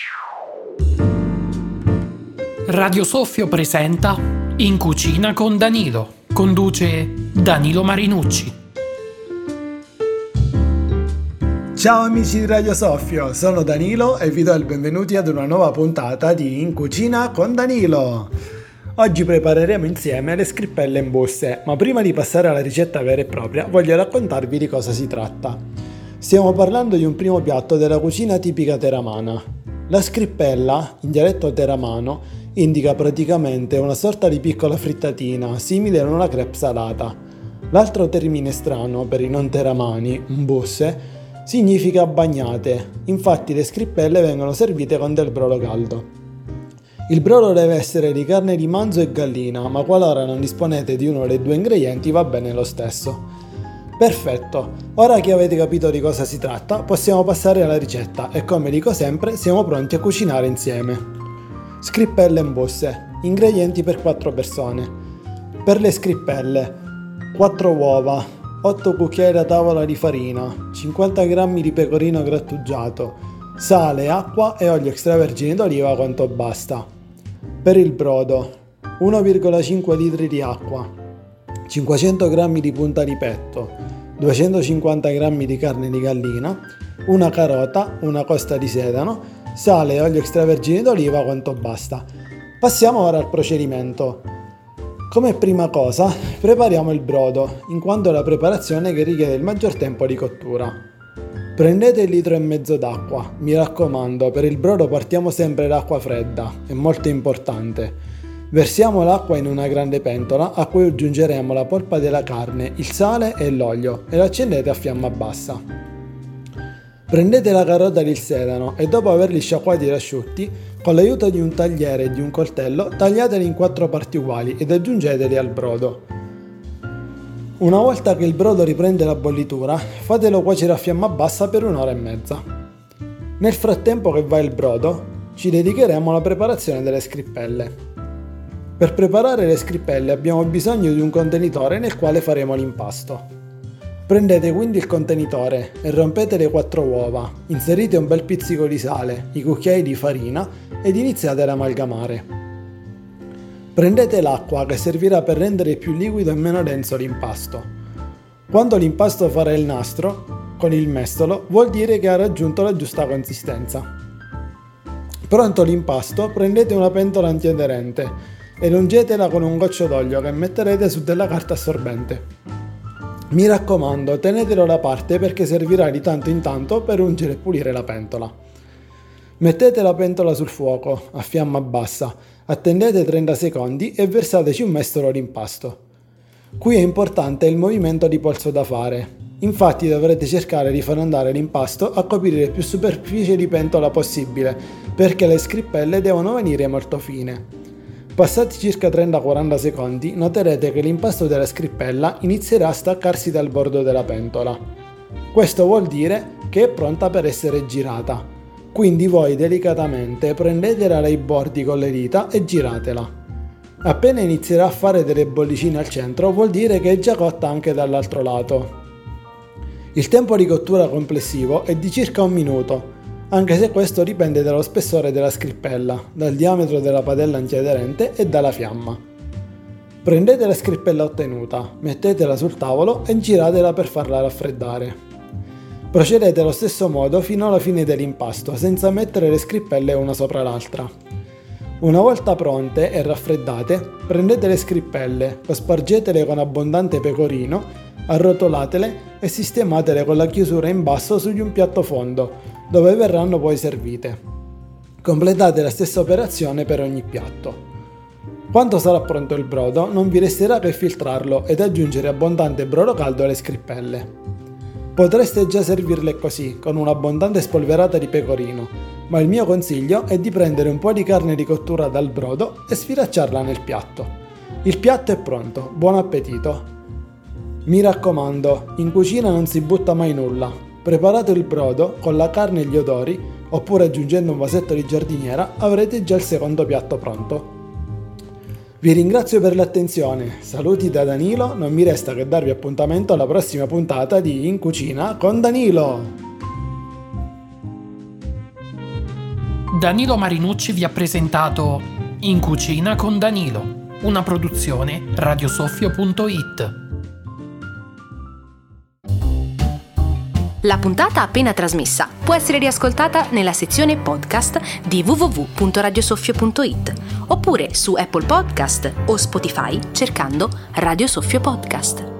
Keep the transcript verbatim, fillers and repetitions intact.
Radio Soffio presenta In cucina con Danilo. Conduce Danilo Marinucci. Ciao amici di Radio Soffio, sono Danilo e vi do il benvenuti ad una nuova puntata di In cucina con Danilo. Oggi prepareremo insieme le scrippelle in buste, ma prima di passare alla ricetta vera e propria voglio raccontarvi di cosa si tratta. Stiamo parlando di un primo piatto della cucina tipica teramana. La scrippella, in dialetto teramano, indica praticamente una sorta di piccola frittatina, simile a una crepe salata. L'altro termine strano per i non teramani, mbusse, significa bagnate. Infatti le scrippelle vengono servite con del brodo caldo. Il brodo deve essere di carne di manzo e gallina, ma qualora non disponete di uno dei due ingredienti va bene lo stesso. Perfetto, ora che avete capito di cosa si tratta, possiamo passare alla ricetta e come dico sempre, siamo pronti a cucinare insieme. Scrippelle in buste, ingredienti per quattro persone. Per le scrippelle, quattro uova, otto cucchiai a tavola di farina, cinquanta grammi di pecorino grattugiato, sale, acqua e olio extravergine d'oliva quanto basta. Per il brodo, uno virgola cinque litri di acqua, cinquecento grammi di punta di petto, duecentocinquanta grammi di carne di gallina, una carota, una costa di sedano, sale e olio extravergine d'oliva quanto basta. Passiamo ora al procedimento. Come prima cosa prepariamo il brodo, in quanto è la preparazione che richiede il maggior tempo di cottura. Prendete il litro e mezzo d'acqua, mi raccomando, per il brodo partiamo sempre da acqua fredda, è molto importante. Versiamo l'acqua in una grande pentola a cui aggiungeremo la polpa della carne, il sale e l'olio e l'accendete a fiamma bassa. Prendete la carota e il sedano e dopo averli sciacquati ed asciutti, con l'aiuto di un tagliere e di un coltello, tagliateli in quattro parti uguali ed aggiungeteli al brodo. Una volta che il brodo riprende la bollitura, fatelo cuocere a fiamma bassa per un'ora e mezza. Nel frattempo che va il brodo, ci dedicheremo alla preparazione delle scrippelle. Per preparare le scrippelle abbiamo bisogno di un contenitore nel quale faremo l'impasto. Prendete quindi il contenitore e rompete le quattro uova, inserite un bel pizzico di sale, i cucchiai di farina ed iniziate ad amalgamare. Prendete l'acqua che servirà per rendere più liquido e meno denso l'impasto. Quando l'impasto farà il nastro, con il mestolo, vuol dire che ha raggiunto la giusta consistenza. Pronto l'impasto, prendete una pentola antiaderente e ungetela con un goccio d'olio che metterete su della carta assorbente. Mi raccomando, tenetelo da parte perché servirà di tanto in tanto per ungere e pulire la pentola. Mettete la pentola sul fuoco, a fiamma bassa, attendete trenta secondi e versateci un mestolo di impasto. Qui è importante il movimento di polso da fare, infatti dovrete cercare di far andare l'impasto a coprire più superficie di pentola possibile, perché le scrippelle devono venire molto fine. Passati circa trenta quaranta secondi noterete che l'impasto della scrippella inizierà a staccarsi dal bordo della pentola. Questo vuol dire che è pronta per essere girata. Quindi voi delicatamente prendetela dai bordi con le dita e giratela. Appena inizierà a fare delle bollicine al centro vuol dire che è già cotta anche dall'altro lato. Il tempo di cottura complessivo è di circa un minuto, anche se questo dipende dallo spessore della scrippella, dal diametro della padella antiaderente e dalla fiamma. Prendete la scrippella ottenuta, mettetela sul tavolo e giratela per farla raffreddare. Procedete allo stesso modo fino alla fine dell'impasto, senza mettere le scrippelle una sopra l'altra. Una volta pronte e raffreddate, prendete le scrippelle, spargetele con abbondante pecorino, arrotolatele e sistematele con la chiusura in basso su di un piatto fondo, dove verranno poi servite. Completate la stessa operazione per ogni piatto. Quando sarà pronto il brodo, non vi resterà che filtrarlo ed aggiungere abbondante brodo caldo alle scrippelle. Potreste già servirle così, con un'abbondante spolverata di pecorino, ma il mio consiglio è di prendere un po' di carne di cottura dal brodo e sfilacciarla nel piatto. Il piatto è pronto, buon appetito! Mi raccomando, in cucina non si butta mai nulla. Preparate il brodo con la carne e gli odori, oppure aggiungendo un vasetto di giardiniera avrete già il secondo piatto pronto. Vi ringrazio per l'attenzione, saluti da Danilo, non mi resta che darvi appuntamento alla prossima puntata di In Cucina con Danilo! Danilo Marinucci vi ha presentato In Cucina con Danilo, una produzione radiosoffio punto it. La puntata appena trasmessa può essere riascoltata nella sezione podcast di w w w punto radiosoffio punto it oppure su Apple Podcast o Spotify cercando Radio Soffio Podcast.